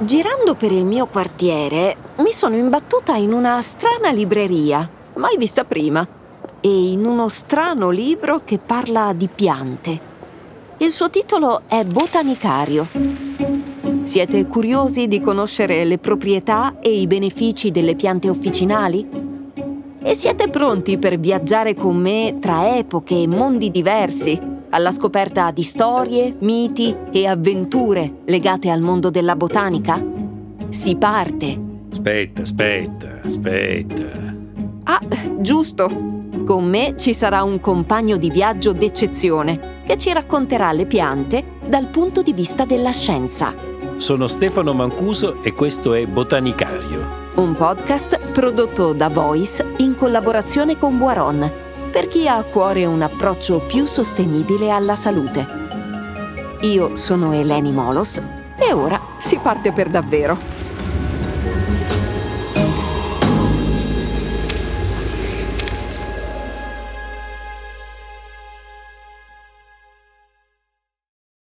Girando per il mio quartiere, mi sono imbattuta in una strana libreria, mai vista prima, e in uno strano libro che parla di piante. Il suo titolo è Botanicario. Siete curiosi di conoscere le proprietà e i benefici delle piante officinali? E siete pronti per viaggiare con me tra epoche e mondi diversi, alla scoperta di storie, miti e avventure legate al mondo della botanica? Si parte! Aspetta. Ah, giusto! Con me ci sarà un compagno di viaggio d'eccezione che ci racconterà le piante dal punto di vista della scienza. Sono Stefano Mancuso e questo è Botanicario. Un podcast prodotto da Voice in collaborazione con Boiron, per chi ha a cuore un approccio più sostenibile alla salute. Io sono Eleni Molos e ora si parte per davvero.